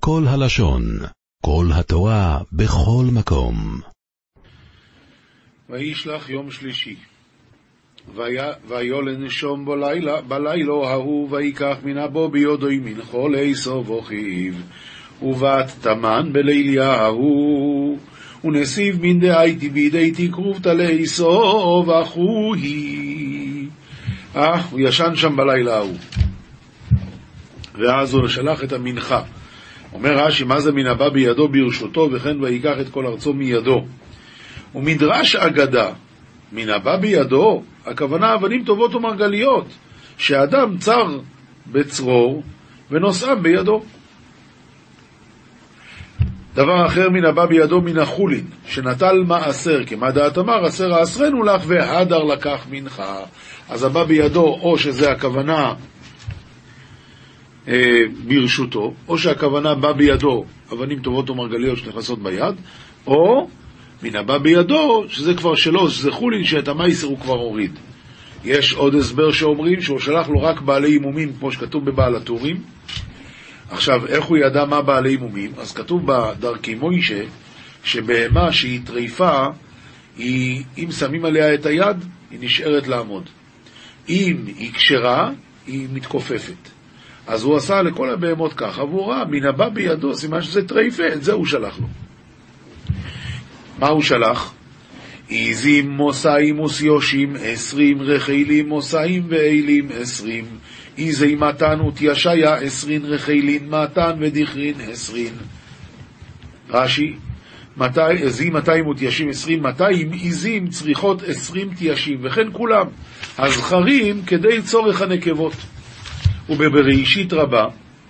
כל הלשון, כל התורה, בכל מקום. וישלח יום שלישי, ויולן נשום בלילה ההוא, ויקח מן הבו ביודו מנחו לאסוב אחיו, ובת תמן בליליה ההוא, ונסיב מן דאיתי בידי תקרובתא לאסוב אחוהי. הוא ישן שם בלילה ההוא, ואז הוא שלח את המנחה. אומר רש"י, מה זה מן הבא בידו ברשותו, וכן ויקח את כל ארצו מידו. ומדרש אגדה, מן הבא בידו, הכוונה אבנים טובות ומרגליות, שאדם צר בצרור ונושאם בידו. דבר אחר, מן הבא בידו מן החולין, שנטל מעשר, כמה דעת אמר, עשר העשרנו לך, והדר לקח מנחה. אז הבא בידו, או שזה הכוונה ברשותו, או שהכוונה בא בידו אבנים טובות ומרגליות שנכנסות ביד, או מן הבא בידו, שזה כבר שלו, שזה חולין, שאת המייסר הוא כבר הוריד. יש עוד הסבר שאומרים שהוא שלח לו רק בעלי אימומים, כמו שכתוב בבעל הטורים. עכשיו, איך הוא ידע מה בעלי אימומים? אז כתוב בדרכי מוישה, שבהמה שהיא טריפה, אם שמים עליה את היד, היא נשארת לעמוד. אם היא קשרה, היא מתכופפת. אז הוא עשה לכל הבהמות ככה, והוא ראה, מן הבא בידו, סימן שזה טריפה, את זה הוא שלח לו. מה הוא שלח? עיזים מוסאים וסיושים 20, רחילים מוסאים ואילים 20, עיזי מתן ותישיה 20, רחילין מתן ודיכרין 20. רש"י, עיזים 200 ותיישים 20, 200 עיזים צריכות 20 תיישים, וכן כולם הזכרים כדי צורך הנקבות. ובבראשית רבה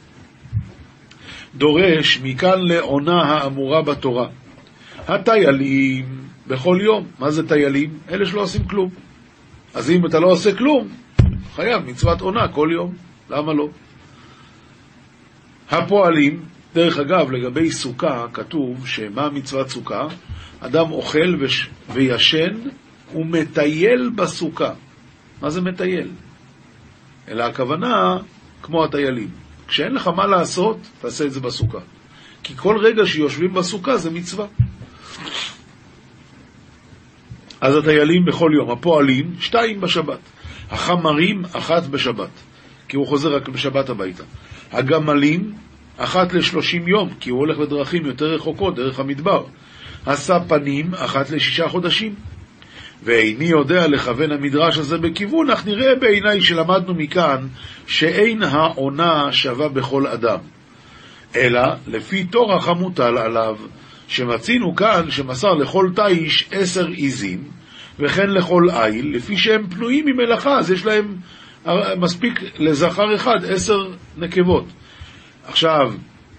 דורש מכאן לעונה האמורה בתורה, הטיילים בכל יום. מה זה טיילים? אלה שלא עושים כלום. אז אם אתה לא עושה כלום, חייב מצוות עונה כל יום. למה לא? הפועלים, דרך אגב, לגבי סוכה כתוב שמה מצוות סוכה? אדם אוכל וישן ומטייל בסוכה. מה זה מטייל? אלא הכוונה כמו הטיילים. כשאין לך מה לעשות, תעשה את זה בסוכה. כי כל רגע שיושבים בסוכה זה מצווה. אז הטיילים בכל יום, הפועלים 2 בשבת, החמרים 1 בשבת, כי הוא חוזר רק בשבת הביתה, הגמלים 1 ל-30 יום, כי הוא הולך בדרכים יותר רחוקות, דרך המדבר, הספנים 1 ל-6 חודשים. ואיני יודע לכוון המדרש הזה בכיוון, אך נראה בעיניי שלמדנו מכאן שאין העונה שווה בכל אדם, אלא לפי תורח המוטל עליו, שמצינו כאן שמסר לכל תאיש 10 עיזים, וכן לכל איל, לפי שהם פנויים ממלאכה, אז יש להם מספיק לזכר אחד 10 נקבות. עכשיו,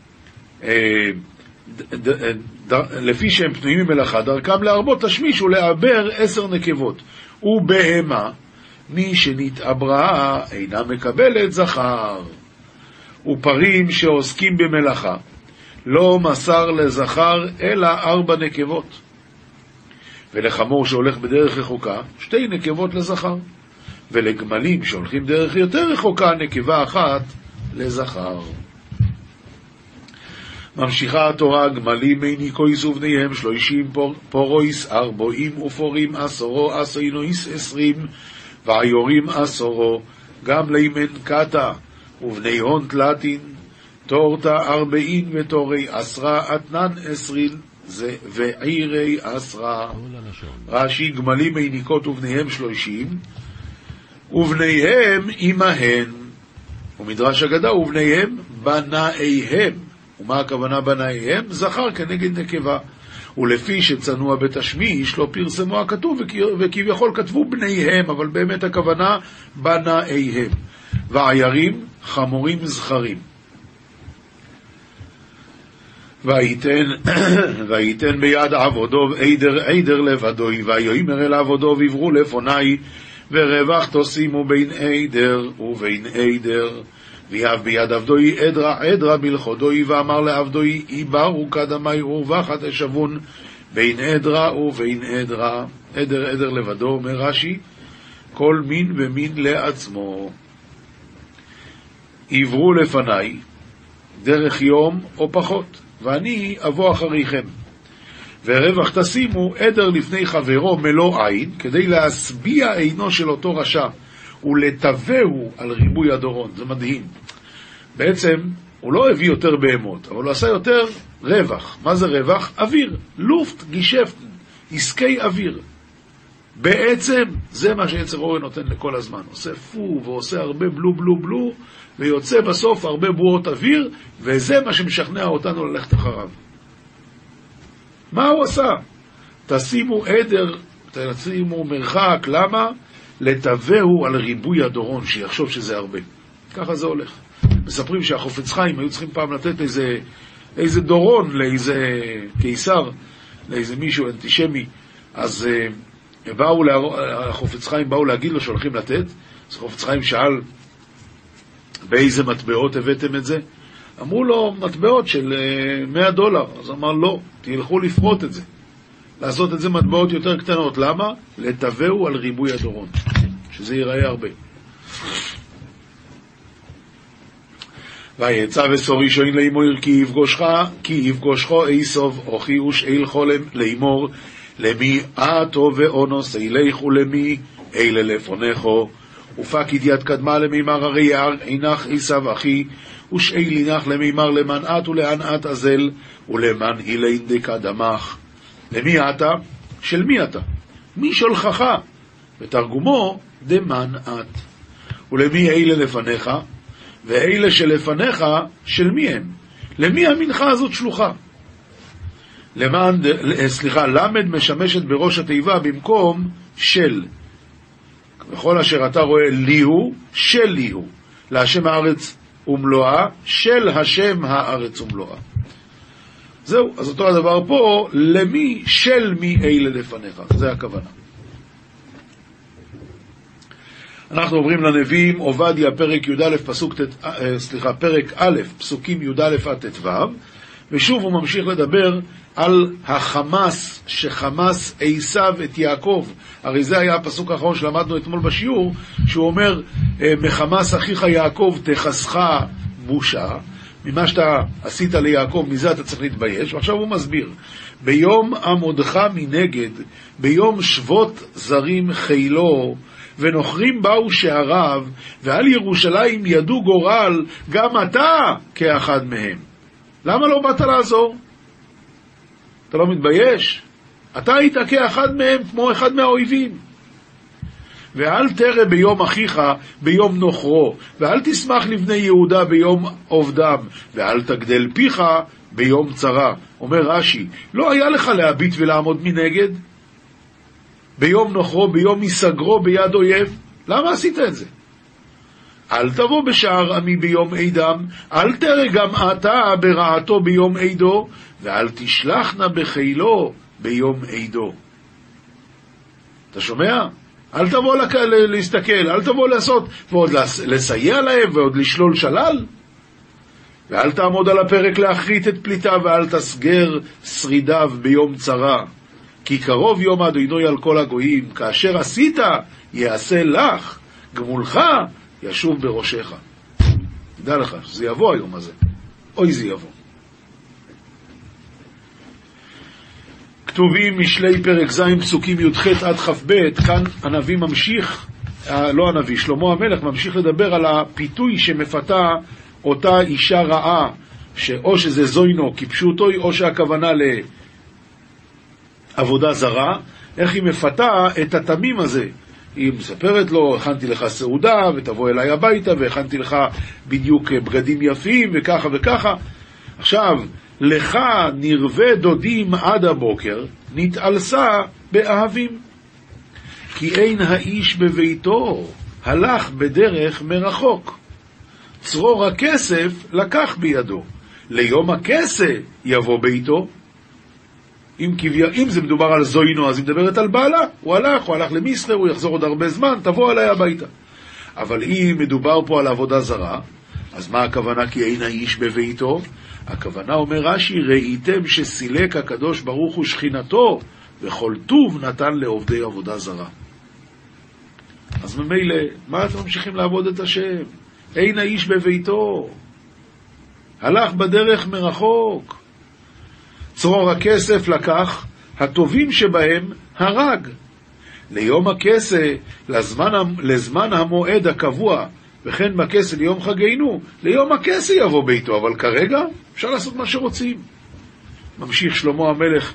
לפי שהם פנויים ממלאכה, דרכם להרבות תשמיש ולעבר 10 נקבות. ובהמה, מי שנתעברה אינה מקבלת זכר. ופרים שעוסקים במלאכה, לא מסר לזכר אלא 4 נקבות. ולחמור שהולך בדרך רחוקה 2 נקבות לזכר. ולגמלים שהולכים דרך יותר רחוקה 1 נקבה לזכר. ממשיכה התורה, גמלים מניקויס ובניהם 30, פורויס 40 ופורים 10, אסינויס 20, ועיורים 10, גם לימן קטה ובני הון תלתין, תורתה 40 ותורי 10, אתנן 20 ועירי 10. רש"י, גמלים מניקות ובניהם 30, ובניהם אימהן. ומדרש אגדה, ובניהם בנאיהם. ומה הכוונה בנאיהם? זכר כנגד נקבה. ולפי שצנוע בתשמיש לא פרסמו הכתוב, וכביכול כתבו בניהם, אבל באמת הכוונה בנאיהם. ועיירים חמורים זכרים. ויתן ביד עבודו עדר לבדוי, ויאמר אל עבודו ויברו לפוני, ורווח תשימו בין עדר ובין עדר. ויהב ביד עבדוי עדרה מלכודוי, ואמר לעבדוי איברו קדמי ורווחת השבון בין עדרה ובין עדרה. עדר לבדו, אומר רש"י, כל מין ומין לעצמו. עברו לפני, דרך יום או פחות, ואני אבוא אחריכם. ורווח תשימו עדר לפני חברו מלוא עין, כדי להשביע עינו של אותו רשע, ולטבעו על ריבוי הדורון. זה מדהים. בעצם הוא לא הביא יותר בהמות, אבל הוא עשה יותר רווח. מה זה רווח? אוויר. לופט, גישפטן, עסקי אוויר. בעצם זה מה שיצר אורן נותן לכל הזמן. עושה פו ועושה הרבה בלו בלו בלו, ויוצא בסוף הרבה בועות אוויר, וזה מה שמשכנע אותנו ללכת אחריו. מה הוא עשה? תשימו עדר, תשימו מרחק. למה? לטבעו על ריבוי הדורון, שיחשוב שזה הרבה. ככה זה הולך. מספרים שהחופץ חיים היו צריכים פעם לתת איזה דורון לאיזה קיסר, לאיזה מישהו אנטישמי. אז החופץ חיים באו להגיד לו שהולכים לתת. אז החופץ חיים שאל, באיזה מטבעות הבאתם את זה? אמרו לו, מטבעות של $100. אז אמר, לא, תלכו לפרוט את זה, לעשות את זה מטבעות יותר קטנות. למה? לטבעו על ריבוי הדורון, שזה ייראה הרבה. ויצא וסורי שוין לאמור, כי יפגושכו איסוב אוכי ושאיל חולם לאמור, למי עתו ואונוס אילך ולמי אלה לפונכו, ופקד יד קדמה למימר הרי עינך איסב אחי, ושאיל עינך למימר למן עת ולאן עת אזל, ולמן אילין דקדמך. למי אתה? של מי אתה? מי שולחך? בתרגומו דמן את. ולמי אלה לפניך? ואלה שלפניך של מי הם? למי המנחה הזאת שלוחה? למד משמשת בראש התיבה במקום של. בכל אשר אתה רואה לי הוא, של לי הוא. להשם הארץ ומלואה, של השם הארץ ומלואה. זהו, אז אותו הדבר פה, למי, של מי אלה לפניך. זה הכוונה. אנחנו עוברים לנביאים, עובדיה, פרק י"א, פרק א', פסוקים י"א עד ט"ו, ושוב הוא ממשיך לדבר על החמאס, שחמאס עשיו את יעקב. הרי זה היה הפסוק האחרון שלמדנו אתמול בשיעור, שהוא אומר, מחמאס אחיך יעקב תחסך בושה, ממה שאתה עשית ליעקב, מזה אתה צריך להתבייש. ועכשיו הוא מסביר, ביום עמודך מנגד, ביום שבות זרים חילו, ונוכרים באו שעריו, ועל ירושלים ידו גורל, גם אתה כאחד מהם. למה לא באת לעזור? אתה לא מתבייש? אתה היית כאחד מהם, כמו אחד מהאויבים. ואל תרא ביום אחיך ביום נוכרו, ואל תשמח לבני יהודה ביום עובדם, ואל תגדל פיך ביום צרה. אומר רש"י, לא היה לך להביט ולעמוד מנגד? ביום נוכרו, ביום מסגרו ביד אויב? למה עשית את זה? אל תבוא בשער עמי ביום עידם, אל תרא גם אתה ברעתו ביום עידו, ואל תשלחנה בחילו ביום עידו. אתה שומע? אל תבוא להסתכל, אל תבוא לעשות, ועוד לסייע להם, ועוד לשלול שלל. ואל תעמוד על הפרק להחריט את פליטה, ואל תסגר שרידיו ביום צרה. כי קרוב יום אדוני על כל הגויים, כאשר עשית יעשה לך, גמולך ישוב בראשך. תדע לך, זה יבוא היום הזה. אוי זה יבוא. כתובים משלי פרק ז' פסוקים י"ח עד כ"ב. כאן הנביא ממשיך, לא הנביא, שלמה המלך ממשיך לדבר על הפיתוי שמפתה אותה אישה רעה, שאו שזה זוינו כפשוטו, או שהכוונה לעבודה זרה. איך היא מפתה את התמים הזה? היא מספרת לו, הכנתי לך סעודה ותבוא אליי הביתה, והכנתי לך בדיוק בגדים יפים וככה וככה. עכשיו, לך נרווה דודים עד הבוקר, נתעלסה באהבים. כי אין האיש בביתו, הלך בדרך מרחוק. צרור הכסף לקח בידו, ליום הכסף יבוא ביתו. אם זה מדובר על זוינו, אז היא מדברת על בעלה. הוא הלך למסחר, הוא יחזור עוד הרבה זמן, תבוא אליי הביתה. אבל אם מדובר פה על עבודה זרה, אז מה הכוונה כי אין האיש בביתו? הכוונה, אומר רש"י, ראיתם שסילק הקדוש ברוך הוא שכינתו, וכל טוב נתן לעובדי עבודה זרה. אז ממילא, מה אתם ממשיכים לעבוד את השם? אין האיש בביתו. הלך בדרך מרחוק. צרור הכסף לקח, הטובים שבהם הרג. ליום הכסה, לזמן המועד הקבוע, וכן בכסה ליום חגינו, ליום הכסה יבוא ביתו, אבל כרגע אפשר לעשות מה שרוצים. ממשיך שלמה המלך,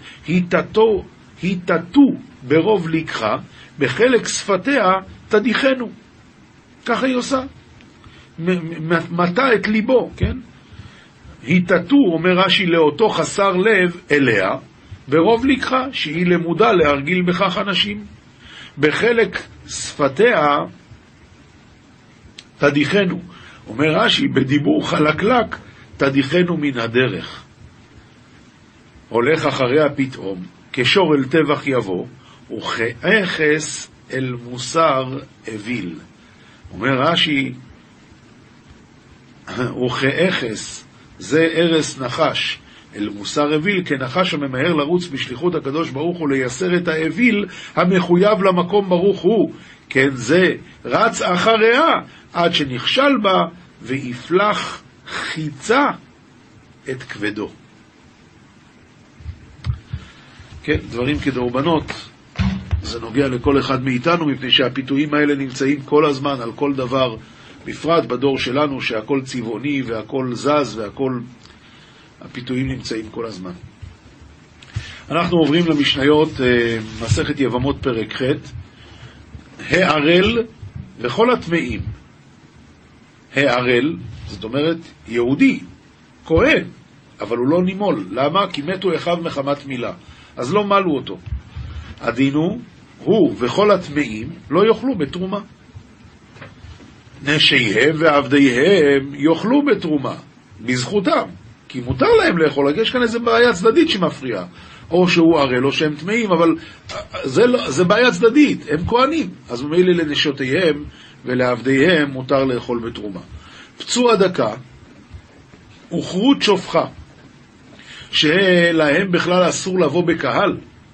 היטטו ברוב לקחה, בחלק שפתיה תדיחנו. ככה היא עושה. מטה את ליבו, כן? היטטו, אומר רש"י, לאותו חסר לב אליה, ברוב לקחה, שהיא למודה להרגיל בכך אנשים. בחלק שפתיה תדיחנו. אומר רש"י, בדיבור חלקלק תדיחנו מן הדרך. הולך אחריה פתאום, כשור אל טבח יבוא, וכאחס אל מוסר אביל. אומר רש"י, וכאחס, זה ארס נחש, אל מוסר אביל, כנחש הממהר לרוץ בשליחות הקדוש ברוך הוא לייסר את האביל המחויב למקום ברוך הוא, כן זה רץ אחריה עד שנכשל בה ויפלח חיצה את כבדו. כן, דברים כדורבנות, זה נוגע לכל אחד מאיתנו, מפני שהפיתויים האלה נמצאים כל הזמן על כל דבר, בפרט בדור שלנו שהכל צבעוני והכל זז והכל, הפיתויים נמצאים כל הזמן. אנחנו עוברים למשניות, מסכת יבמות פרק ח', הערל וכל הטמאים. הערל, זאת אומרת יהודי, כהן, אבל הוא לא נימול. למה? כי מתו אחיו מחמת מילה, אז לא מלו אותו. הדינו, הוא וכל הטמאים לא יאכלו בתרומה. נשיהם ועבדיהם יאכלו בתרומה, בזכותם, כי מותר להם לאכול. יש כאן איזו בעיה צדדית שמפריעה, או שהוא ערל או שהם טמאים, אבל זה בעיה צדדית, הם כהנים, אז ממילא לנשותיהם ולעבדיהם מותר לאכול בתרומה. פצוע דקה וכרות שופחה, שלהם בכלל אסור לבוא בקהל,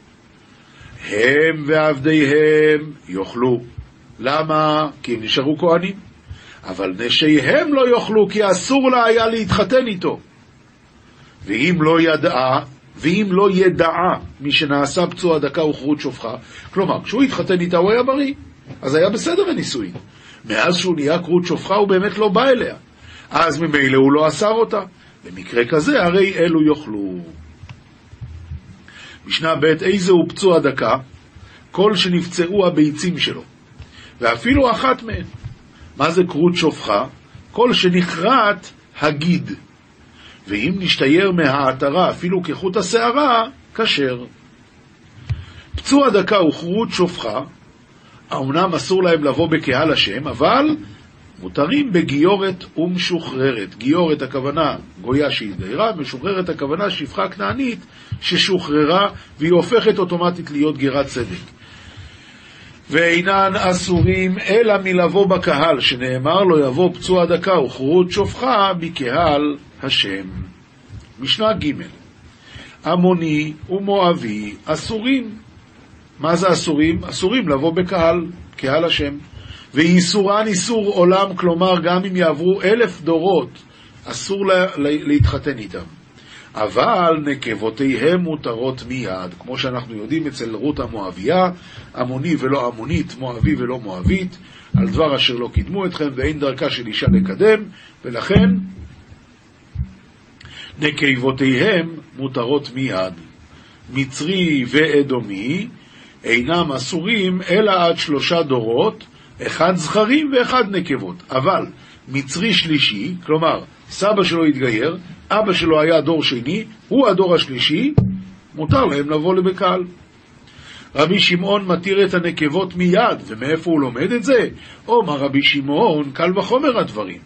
הם ועבדיהם יאכלו. למה? כי הם נשארו כהנים. אבל נשיהם לא יאכלו, כי אסור לה היה להתחתן איתו. ואם לא ידעה מי שנעשה פצוע דקה וכרות שופחה, כלומר כשהוא התחתן איתה הוא היה בריא, אז היה בסדר הנישואין. מאז שהוא נהיה כרות שופחה הוא באמת לא בא אליה, אז ממילא הוא לא אסר אותה. במקרה כזה הרי אלו יאכלו. משנה ב', איזה הוא פצוע דקה? כל שנפצעו הביצים שלו, ואפילו אחת מהן. מה זה כרות שופחה? כל שנחרט הגיד, ואם נשתייר מהעטרה אפילו כחוט השערה, כשר. פצוע דקה וכרות שופחה, אמנם אסור להם לבוא בקהל השם, אבל מותרים בגיורת ומשוחררת. גיורת הכוונה גויה שהתגיירה, משוחררת הכוונה שפחה כנענית ששוחררה, והיא הופכת אוטומטית להיות גירת צדק. ואינן אסורים אלא מלבוא בקהל, שנאמר לו יבוא פצוע דקה וכרות שופחה בקהל השם. משנה ג', עמוני ומואבי אסורים. מה זה אסורים? אסורים לבוא בקהל, קהל השם. ואיסורן איסור עולם, כלומר גם אם יעברו 1000 דורות אסור להתחתן איתם. אבל נקבותיהם מותרות מיד, כמו שאנחנו יודעים אצל רות המואביה, עמוני ולא עמונית, מואבי ולא מואבית, על דבר אשר לא קידמו אתכם, ואין דרכה של אישה לקדם, ולכן נקבותיהם מותרות מיד. מצרי ואדומי אינם אסורים אלא עד 3 דורות, 1 זכרים ו1 נקבות. אבל מצרי שלישי, כלומר סבא שלו התגייר, אבא שלו היה דור שני, הוא הדור השלישי, מותר להם לבוא לבקהל. רבי שמעון מתיר את הנקבות מיד, ומאיפה הוא לומד את זה? אומר רבי שמעון, קל וחומר הדברים.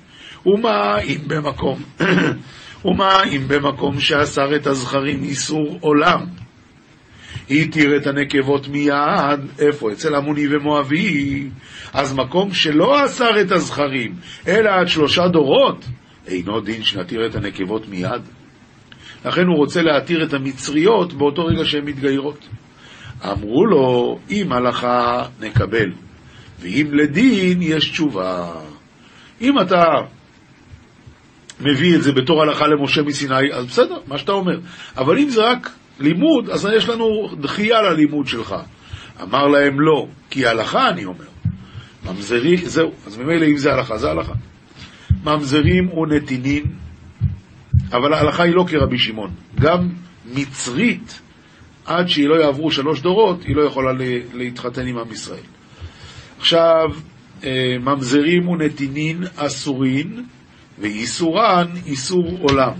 ומה אם במקום שאסר את הזכרים איסור עולם, התיר את הנקבות מיד, איפה? אצל עמוני ומואבי. אז מקום שלא אסר את הזכרים אלא עד 3 דורות, אינו דין שנתיר את הנקבות מיד. לכן הוא רוצה להתיר את המצריות באותו רגע שהן מתגיירות. אמרו לו, אם הלכה נקבל, ואם לדין יש תשובה. אם אתה מביא את זה בתור הלכה למשה מסיני, אז בסדר, מה שאתה אומר. אבל אם זה רק לימוד, אז יש לנו דחייה ללימוד שלך. אמר להם לא, כי הלכה אני אומר. ממזרי, זהו, אז ממילא אם זה הלכה, זה הלכה. ממזרים ונתינין, אבל ההלכה היא לא כרבי שמעון. גם מצרית, עד שהיא לא יעברו 3 דורות, היא לא יכולה להתחתן עם עם ישראל. עכשיו, ממזרים ונתינין אסורין, ואיסורן איסור עולם.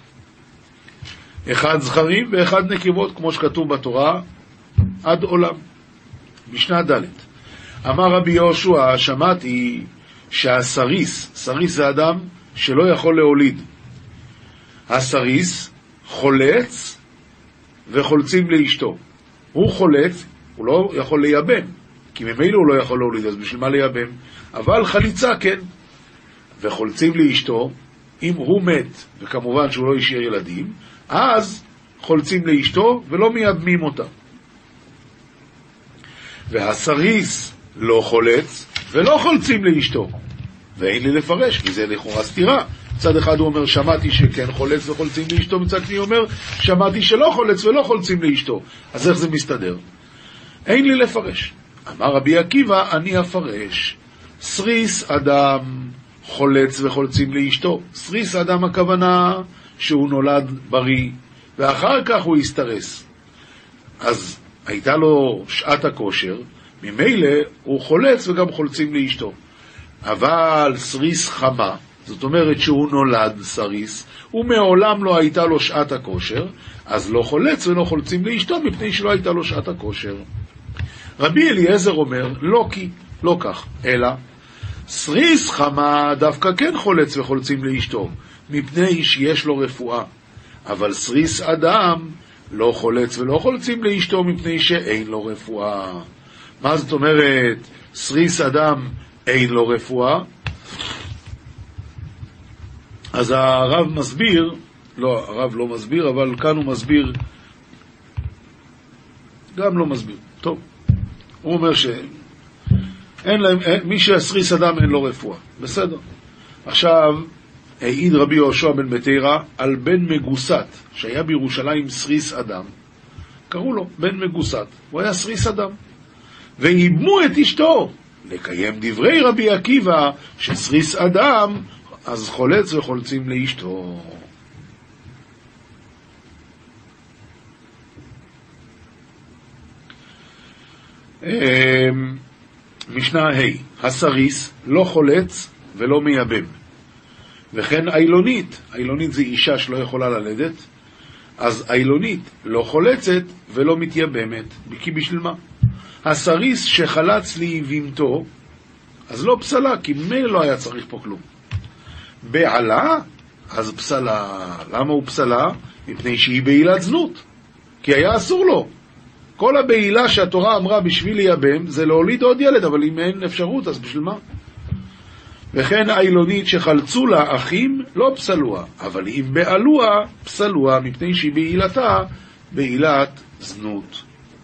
1 זכרים ו1 נקבות, כמו שכתוב בתורה, עד עולם. משנה ד'. אמר רבי יהושע, שמעתי שהסריס, סריס זה אדם שלא יכול להוליד. הסריס חולץ וחולצים לאשתו. הוא חולץ, הוא לא יכול לייבם, כי ממילא הוא לא יכול להוליד, אז בשביל מה לייבם? אבל חליצה כן. וחולצים לאשתו, אם הוא מת, וכמובן שהוא לא השאיר ילדים, אז חולצים לאשתו ולא מייבמים אותה. והסריס לא חולץ ולא חולצים לאשתו. ואין לי לפרש, כי זה לכאורה סתירה. מצד אחד הוא אומר, שמעתי שכן חולץ וחולצים לאשתו, מצד שני הוא אומר, שמעתי שלא חולץ ולא חולצים לאשתו. אז איך זה מסתדר? אין לי לפרש. אמר רבי עקיבא, אני אפרש. סריס אדם חולץ וחולצים לאשתו. סריס אדם הכוונה שהוא נולד בריא, ואחר כך הוא הסתרס. אז הייתה לו שעת הכושר, ממילא הוא חולץ וגם חולצים לאשתו. אבל סריס חמה, זאת אומרת שהוא נולד סריס, ומעולם לא הייתה לו שעת הכושר, אז לא חולץ ולא חולצים לאשתו, מפני שלא הייתה לו שעת הכושר. רבי אליעזר אומר, לא כי, לא כך, אלא סריס חמה דווקא כן חולץ וחולצים לאשתו, מפני שיש לו רפואה. אבל סריס אדם לא חולץ ולא חולצים לאשתו, מפני שאין לו רפואה. מה זאת אומרת, סריס אדם אין לו רפואה? אז הרב מסביר, לא, הרב לא מסביר, אבל כאן הוא מסביר, גם לא מסביר. טוב, הוא אומר שאין להם, מי שהסריס אדם אין לו רפואה. בסדר. עכשיו, העיד רבי יהושע בן בתירא על בן מגוסת, שהיה בירושלים סריס אדם. קראו לו בן מגוסת, הוא היה סריס אדם. ואיבמו את אשתו, לקיים דברי רבי עקיבא, שסריס אדם, אז חולץ וחולצים לאשתו. משנה ה' הסריס לא חולץ ולא מייבם. וכן אילונית, אילונית זה אישה שלא יכולה ללדת, אז אילונית לא חולצת ולא מתייבמת, כי בשביל מה? הסריס שחלץ ליבימתו, אז לא פסלה, כי ממילא לא היה צריך פה כלום. בעלה, אז פסלה. למה הוא פסלה? מפני שהיא בעילת זנות, כי היה אסור לו. כל הבעילה שהתורה אמרה בשביל לייבם זה להוליד עוד ילד, אבל אם אין אפשרות, אז בשביל מה? וכן האילונית שחלצו לה אחים לא פסלוה, אבל אם בעלוה פסלוה, מפני שהיא בעילתה בעילת זנות.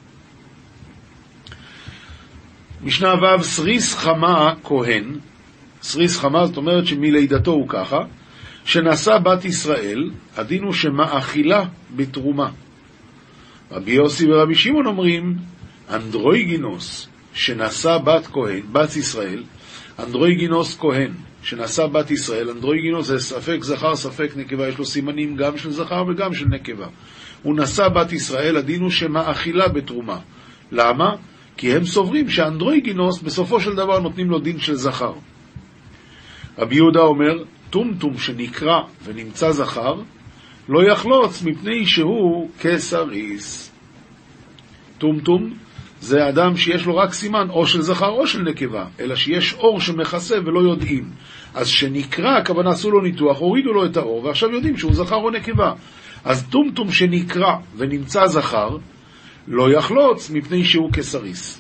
משנה ו' סריס חמה כהן, סריס חמה זאת אומרת שמלידתו הוא ככה, שנשא בת ישראל, הדין הוא שמאכילה בתרומה. רבי יוסי ורבי שמעון אומרים, אנדרואיגינוס שנשא בת כהן, בת ישראל, אנדרואיגינוס כהן שנשא בת ישראל, אנדרואיגינוס זה ספק זכר ספק נקבה, יש לו סימנים גם של זכר וגם של נקבה. הוא נשא בת ישראל, הדין הוא שמאכילה בתרומה. למה? כי הם סוברים שאנדרואיגינוס בסופו של דבר נותנים לו דין של זכר. רבי יהודה אומר, טומטום שנקרא ונמצא זכר, לא יחלוץ מפני שהוא כסריס. טומטום זה אדם שיש לו רק סימן או של זכר או של נקבה, אלא שיש אור שמכסה ולא יודעים. אז שנקרא, הכוונה עשו לו ניתוח, הורידו לו את האור, ועכשיו יודעים שהוא זכר או נקבה. אז טומטום שנקרא ונמצא זכר, לא יחלוץ מפני שהוא כסריס.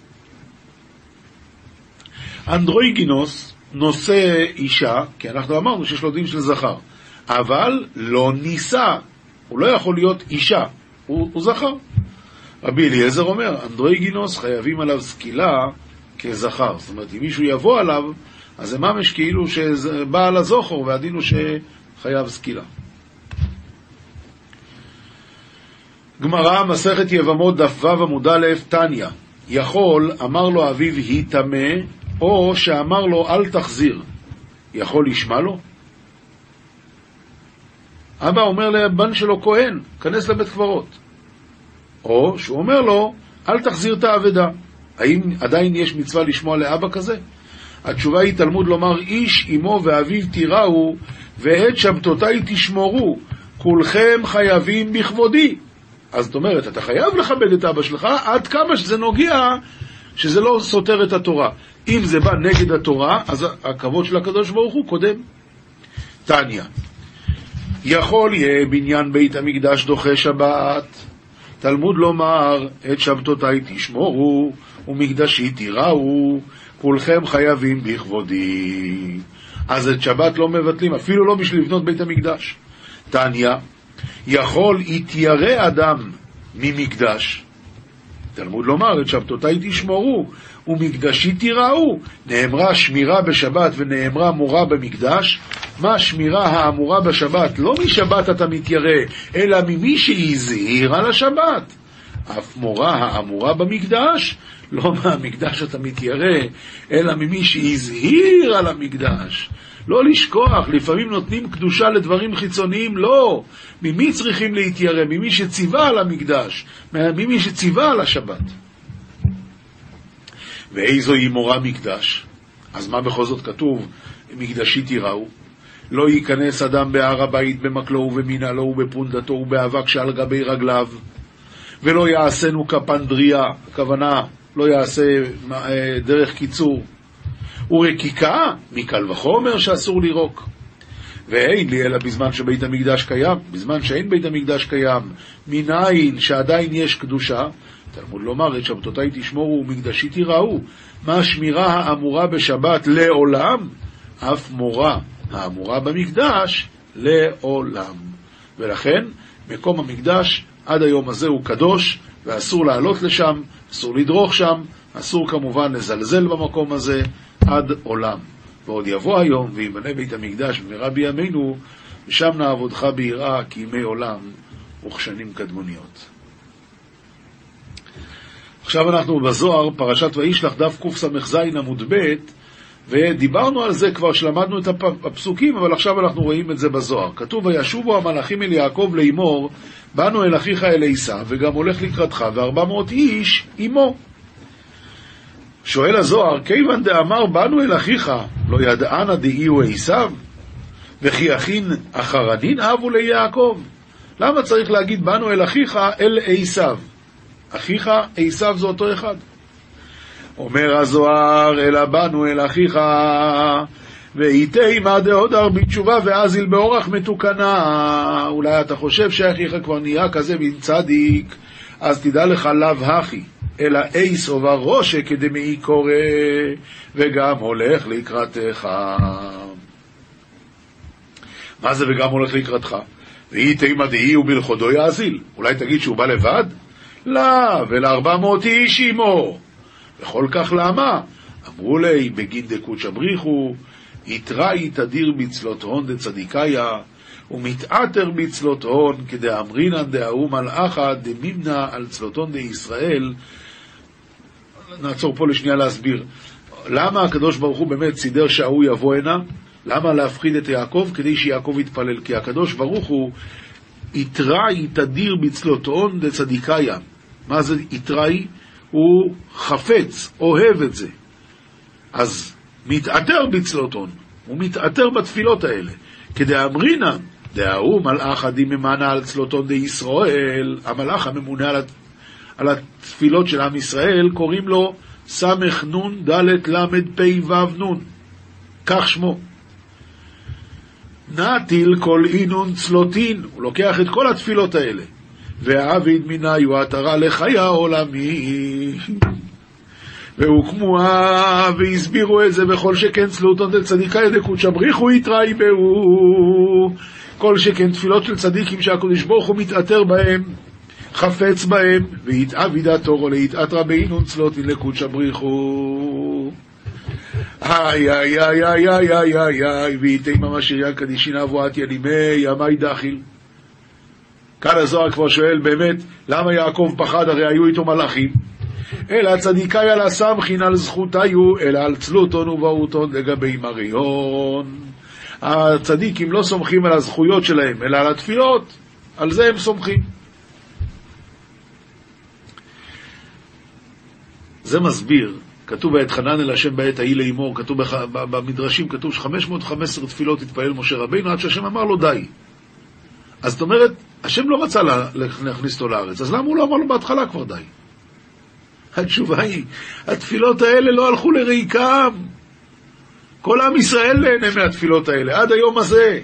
אנדרואיגינוס נושא אישה, כי אנחנו אמרנו שיש לו דין של זכר, אבל לא נישא, הוא לא יכול להיות אישה, הוא זכר. רבי אליעזר אומר, אנדרואיגינוס חייבים עליו סקילה כזכר. זאת אומרת, אם מישהו יבוא עליו, אז זה ממש כאילו שבא על הזוכר, והדין הוא חייב סקילה. גמרא, מסכת יבמות, דף ו' עמוד א', תניא. יכול, אמר לו אביו היא טמא, או שאמר לו אל תחזיר, יכול לשמע לו? אבא אומר לבן שלו כהן, כנס לבית קברות. או שהוא אומר לו, אל תחזיר את האבדה. האם עדיין יש מצווה לשמוע לאבא כזה? התשובה היא תלמוד לומר, איש אמו ואביו תיראו, ואת שבתותיי תשמורו, כולכם חייבים בכבודי. אז זאת אומרת, אתה חייב לכבד את אבא שלך, עד כמה שזה נוגע, שזה לא סותר את התורה. אם זה בא נגד התורה, אז הכבוד של הקדוש ברוך הוא קודם. תניא, יכול יהיה בניין בית המקדש דוחה שבת, תלמוד לומר, את שבתותיי תשמורו, ומקדשי תיראו, כולכם חייבים בכבודי. אז את שבת לא מבטלים, אפילו לא בשביל לבנות בית המקדש. תניא, יכול יתיירא אדם ממקדש, תלמוד לומר, את שבתותיי תשמורו, ומקדשי תיראו. נאמרה שמירה בשבת ונאמרה מורה במקדש. מה שמירה האמורה בשבת? לא משבת אתה מתיירא, אלא ממי שהזהיר על השבת. אף מורה האמורה במקדש, לא מהמקדש אתה מתיירא, אלא ממי שהזהיר על המקדש. לא לשכוח, לפעמים נותנים קדושה לדברים חיצוניים, לא. ממי צריכים להתיירא? ממי שציווה על המקדש, ממי שציווה על השבת. ואיזו היא מורה מקדש? אז מה בכל זאת כתוב? מקדשי תיראו. לא ייכנס אדם בהר הבית במקלו ובמנהלו ובפונדתו ובאבק שעל גבי רגליו, ולא יעשנו כפנדריה, הכוונה לא יעשה דרך קיצור, ורקיקה מקל וחומר שאסור לירוק. ואין לי אלא בזמן שבית המקדש קיים. בזמן שאין בית המקדש קיים, מנין שעדיין יש קדושה, תלמוד לומר, את שבתותיי תשמורו ומקדשי תיראו. מה השמירה האמורה בשבת לעולם? אף מורה האמורה במקדש לעולם. ולכן מקום המקדש עד היום הזה הוא קדוש, ואסור לעלות לשם, אסור לדרוך שם, אסור כמובן לזלזל במקום הזה עד עולם. ועוד יבוא היום ויבנה בית המקדש במהרה בימינו, ושם נעבודך ביראה כימי עולם וכשנים קדמוניות. עכשיו אנחנו בזוהר, פרשת וישלח, דף קס"ז עמוד ב', ודיברנו על זה כבר שלמדנו את הפסוקים, אבל עכשיו אנחנו רואים את זה בזוהר. כתוב, וישובו המלאכים אל יעקב לאמור, באנו אל אחיך אל עשיו, וגם הולך לקראתך, ו400 איש עמו. שואל הזוהר, כיוון דאמר באנו אל אחיך, לא ידענה דאי הוא עשיו, וכי אחין אחרנין אבו ליעקב? למה צריך להגיד באנו אל אחיך אל עשיו? אחיך עשיו זה אותו אחד. אומר הזוהר, אלא באנו אל אחיך, ואיתי מה דהודר בתשובה ואזיל באורח מתוקנה. אולי אתה חושב שאחיך כבר נהיה כזה מן צדיק, אז תדע לך לאו הכי, אלא אייס עובר ראשה כדמי קורא, וגם הולך לקראתך. מה זה וגם הולך לקראתך? ואיתי מה דהי ובלכודו יאזיל. אולי תגיד שהוא בא לבד? לא, ול400 איש עמו. וכל כך למה? אמרו לי, בגין דקודש בריחו, יתראי תדיר בצלות הון דצדיקאיה, ומתעתר בצלות הון, כדאמרינן דאהו מלאכה דמימנה על צלות הון דישראל. נעצור פה לשנייה להסביר. למה הקדוש ברוך הוא באמת סידר שהוא יבוא הנה? למה להפחיד את יעקב? כדי שיעקב יתפלל. כי הקדוש ברוך הוא יתראי תדיר בצלות הון דצדיקאיה. מה זה יתראי? הוא חפץ, אוהב את זה. אז מתעתר בצלות הון, הוא מתעתר בתפילות האלה. כדאמרינן דאהו מלאך דמימנה על צלות הון דישראל, המלאך הממונה על התפילות של עם ישראל, קוראים לו סמך נון דלת למד פי וו נון, כך שמו. נטיל כל אינון צלוטין, הוא לוקח את כל התפילות האלה. והעביד מניו עטרה לחיי עולמי, והוקמוה והסבירו את זה בכל שכן צלותון דל צדיקאי דקודש בריחו יתראי בהו. כל שכן תפילות של צדיקים שהקדוש ברוך הוא מתעתר בהם, חפץ בהם, ויתעביד התור או להתעתרה באינון צלותין לקודש בריחו. איי איי איי איי איי איי איי איי ואיתי ממש עירייה קדישין אבואת ינימי ימי דחיל. כאן הזוהר כבר שואל באמת למה יעקב פחד, הרי היו איתו מלאכים. אלא צדיקאי על הסמכין על זכותיו אלא על צלותון ובאותון לגבי מריון. הצדיקים לא סומכים על הזכויות שלהם אלא על התפילות, על זה הם סומכים. זה מסביר, כתוב ואתחנן אל השם בעת ההיא לאמור, כתוב במדרשים, כתוב ש515 תפילות התפלל משה רבינו עד שהשם אמר לו די. אז זאת אומרת, השם לא רצה להכניס אותו לארץ, אז למה הוא לא אמר לו בהתחלה כבר די? התשובה היא, התפילות האלה לא הלכו לריקם. כל עם ישראל נהנה מהתפילות האלה, עד היום הזה.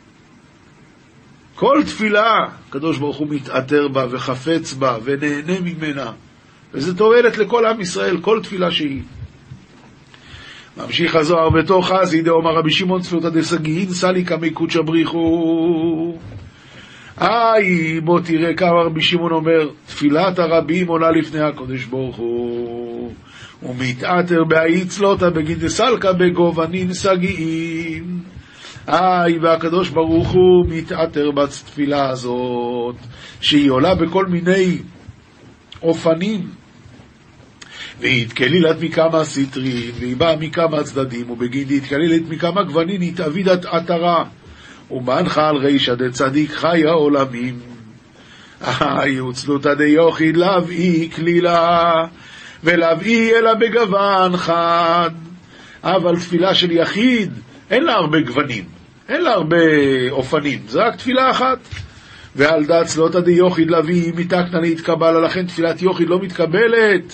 כל תפילה, הקדוש ברוך הוא מתעתר בה וחפץ בה ונהנה ממנה. וזה תועלת לכל עם ישראל, כל תפילה שהיא. ממשיך הזוהר בתוך חזי דאמר רבי שמעון צפילותא דסגיין סליקא מי קודשא בריחו. בוא תראה כמה רבי שמעון אומר, תפילת הרבים עולה לפני הקדוש ברוך הוא, ומתעתר בהאיצלותא בגין דסלקא בגובנין סגיין. והקדוש ברוך הוא מתעתר בתפילה הזאת, שהיא עולה בכל מיני אופנים, והיא התקלילת מכמה סטרים, והיא באה מכמה צדדים, ובגין התקלילת מכמה גוונין, התאבידת עטרה, ומנחה על רישא דצדיק חי העולמים. יוצלותא דיוחיד להביא כלילה, ולהביא אלא בגוון חד. אבל תפילה של יחיד, אין לה הרבה גוונים, אין לה הרבה אופנים, זה רק תפילה אחת. ועל דעת צלותא דיוחיד להביא מתקנא להתקבלה, לכן תפילת יוחיד לא מתקבלת.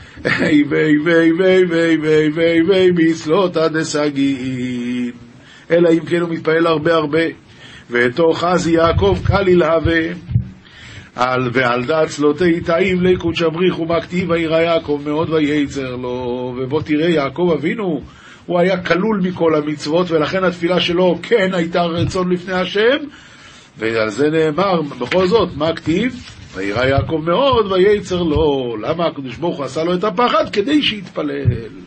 ביצלותא דסגיין, אלא אם כן הוא מתפעל הרבה הרבה. ותוך חזי יעקב קליל הווה, ועל דעת צלותי תאיב לקודשא בריחו מכתיב וירא יעקב מאוד וייצר לו. ובוא תראה, יעקב אבינו הוא היה כלול מכל המצוות, ולכן התפילה שלו כן הייתה רצון לפני השם, ועל זה נאמר בכל זאת, מה כתיב? וירא יעקב מאוד וייצר לו. למה הקדוש ברוך הוא עשה לו את הפחד? כדי שיתפלל.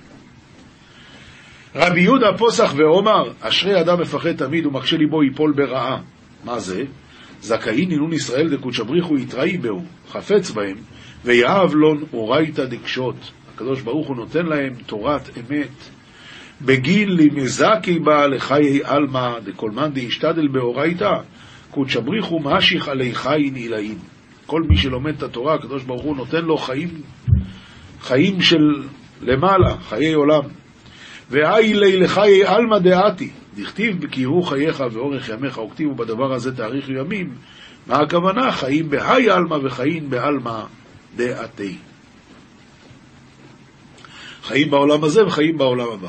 רבי יהודה פוסח ואומר, אשרי אדם מפחד תמיד ומקשה ליבו ייפול ברעה. מה זה? זכאי נינון ישראל דקודשא בריחו יתראי בהו, חפץ בהם, ויאהב לון אורייתא דקשות. הקדוש ברוך הוא נותן להם תורת אמת, בגין למזכי בה לחיי אלמה דכל מאן דאשתדל באורייתא קודשא בריחו משיך עלי חיין עילאין. כל מי שלומד את התורה, הקדוש ברוך הוא נותן לו חיים של למעלה, חיי עולם. והי לי לחיי אלמה דעתי, דכתיב כי הוא חייך ואורך ימיך, וכתיבו בדבר הזה תאריך ימים. מה הכוונה? חיים בהי אלמה וחיים באלמה דעתי. חיים בעולם הזה וחיים בעולם הבא.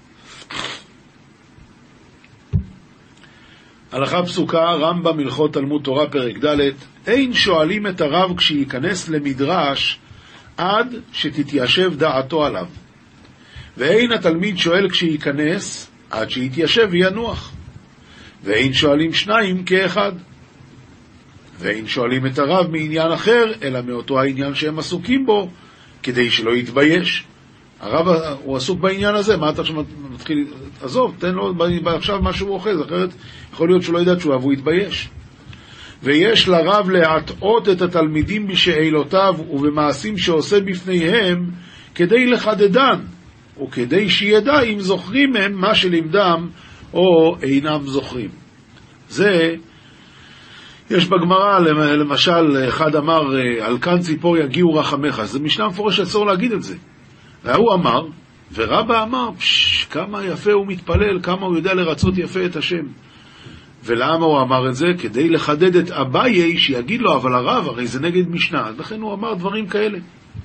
הלכה פסוקה, רמב"ם הלכות תלמוד תורה פרק ד', אין שואלים את הרב כשיכנס למדרש עד שתתיישב דעתו עליו, ואין התלמיד שואל כשיכנס עד שיתיישב וינוח, ואין שואלים שניים כאחד, ואין שואלים את הרב מעניין אחר אלא מאותו העניין שהם עסוקים בו, כדי שלא יתבייש. הרב הוא עסוק בעניין הזה, מה אתה עכשיו מתחיל? עזוב, תן לו עכשיו משהו אוחז, אחרת יכול להיות שהוא לא ידע תשובה והוא יתבייש. ויש לרב להטעות את התלמידים בשאלותיו ובמעשים שעושה בפניהם כדי לחדדן, וכדי שידע אם זוכרים הם מה שלימדם או אינם זוכרים. זה יש בגמרא, למשל אחד אמר על כאן ציפור יגיעו רחמך, זה משנה מפורש אסור להגיד את זה. והוא אמר, ורבא אמר, כמה יפה הוא מתפלל, כמה הוא יודע לרצות יפה את השם. ולמה הוא אמר את זה? כדי לחדד את אביי שיגיד לו, אבל הרב הרי זה נגד משנה, לכן הוא אמר דברים כאלה.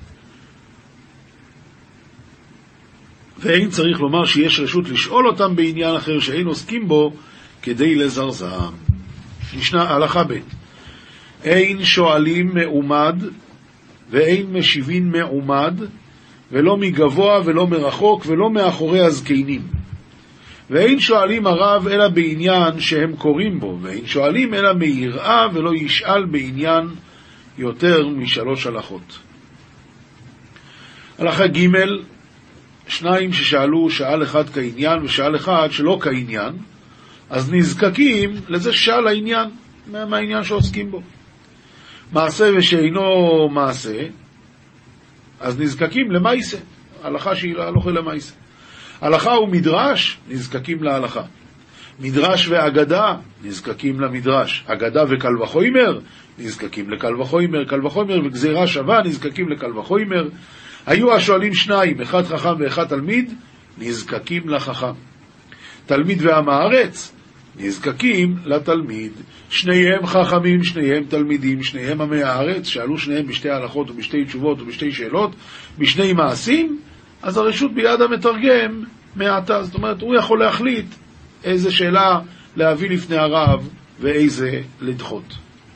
ואין צריך לומר שיש רשות לשאול אותם בעניין אחר שאין עוסקים בו כדי לזרזם. משנה הלכה ב', אין שואלים מעומד ואין משיבים מעומד, ולא מגבוה ולא מרחוק ולא מאחורי הזקנים. ואין שואלים הרב אלא בעניין שהם קוראים בו, ואין שואלים אלא מיראה, ולא ישאל בעניין יותר מ3 הלכות. הלכה ג', שניים ששאלו שאל אחד כעניין ושאל אחד שלא כעניין, אז נזקקים לזה ששאל העניין, מהעניין שעוסקים בו. מעשה ושאינו מעשה, אז נזקקים למעשה, הלכה שהיא הלכה למעשה. הלכה ומדרש, נזקקים להלכה. מדרש ואגדה, נזקקים למדרש. אגדה וקל וחומר, נזקקים לקל וחומר. קל וחומר וגזירה שווה, נזקקים לקל וחומר. היו השואלים שניים, אחד חכם ואחד תלמיד, נזקקים לחכם. תלמיד ועם הארץ, נזקקים לתלמיד. שניהם חכמים, שניהם תלמידים, שניהם עמי הארץ, שאלו שניהם בשתי הלכות ובשתי תשובות ובשתי שאלות, בשני מעשים, אז הרשות ביד המתרגם מעתה. זאת אומרת, הוא יכול להחליט איזה שאלה להביא לפני הרב ואיזה לדחות.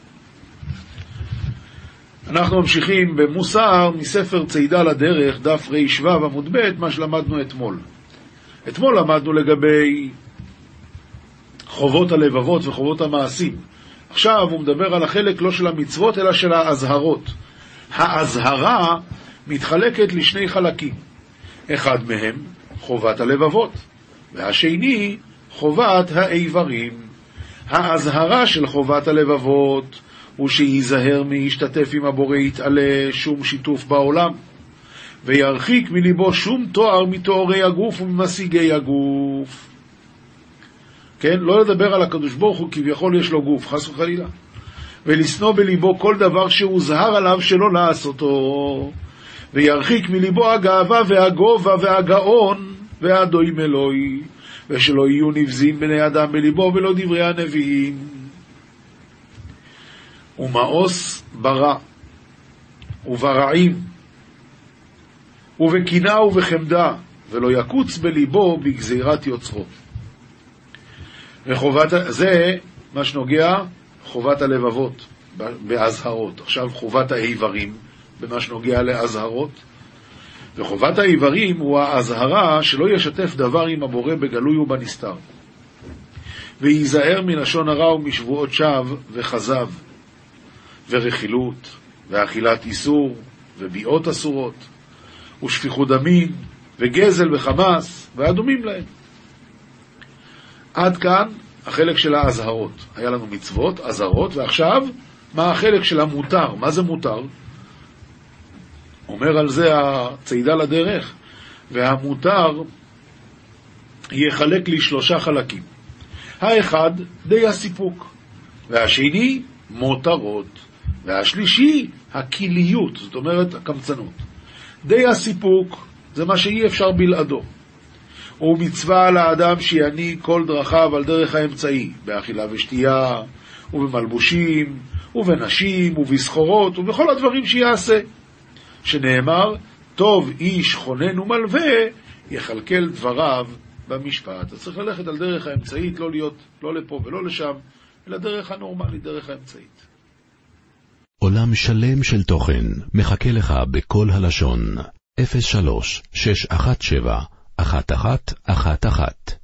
אנחנו ממשיכים במוסר מספר צידה לדרך, דף רש"ו עמוד ב', מה שלמדנו אתמול. אתמול למדנו לגבי חובות הלבבות וחובות המעשים. עכשיו הוא מדבר על החלק לא של המצוות אלא של ההזהרות. ההזהרה מתחלקת לשני חלקים. אחד מהם חובת הלבבות, והשני חובת האיברים. ההזהרה של חובת הלבבות הוא שיזהר להשתתף עם הבורא יתעלה שום שיתוף בעולם, וירחיק מליבו שום תואר מתוארי הגוף וממשיגי הגוף. כן, לא לדבר על הקדוש ברוך הוא כביכול יש לו גוף, חס וחלילה. ולשנוא בליבו כל דבר שהוזהר עליו שלא לעשותו, וירחיק מליבו הגאווה והגובה והגאון והדוים אלוהי, ושלא יהיו נבזים בני אדם בליבו ולא דברי הנביאים. ומאוס ברע וברעים ובקינה ובחמדה, ולא יקוץ בליבו בגזירת יוצרו. זה מה שנוגע חובת הלבבות בהזהרות. עכשיו חובת האיברים במה שנוגע להזהרות. וחובת האיברים הוא ההזהרה שלא ישתף דבר עם הבורא בגלוי ובנסתר, וייזהר מלשון הרע ומשבועות שווא וכזב ורכילות ואכילת איסור וביעות אסורות ושפיכות דמים וגזל וחמאס והדומים להם. עד כאן החלק של ההזהרות. היה לנו מצוות, הזהרות, ועכשיו מה החלק של המותר? מה זה מותר? אומר על זה הצידה לדרך, והמותר יחלק לשלושה חלקים. האחד די הסיפוק, והשני מותרות, והשלישי הכיליות, זאת אומרת הקמצנות. די הסיפוק זה מה שאי אפשר בלעדו. הוא מצווה על האדם שיעניק כל דרכיו על דרך האמצעי, באכילה ושתייה, ובמלבושים, ובנשים, ובסחורות, ובכל הדברים שיעשה. שנאמר, טוב איש חונן ומלווה, יכלכל דבריו במשפט. אז צריך ללכת על דרך האמצעית, לא להיות לא לפה ולא לשם, אלא דרך הנורמלית, דרך האמצעית. עולם שלם של תוכן מחכה לך בכל הלשון. 03-617-1111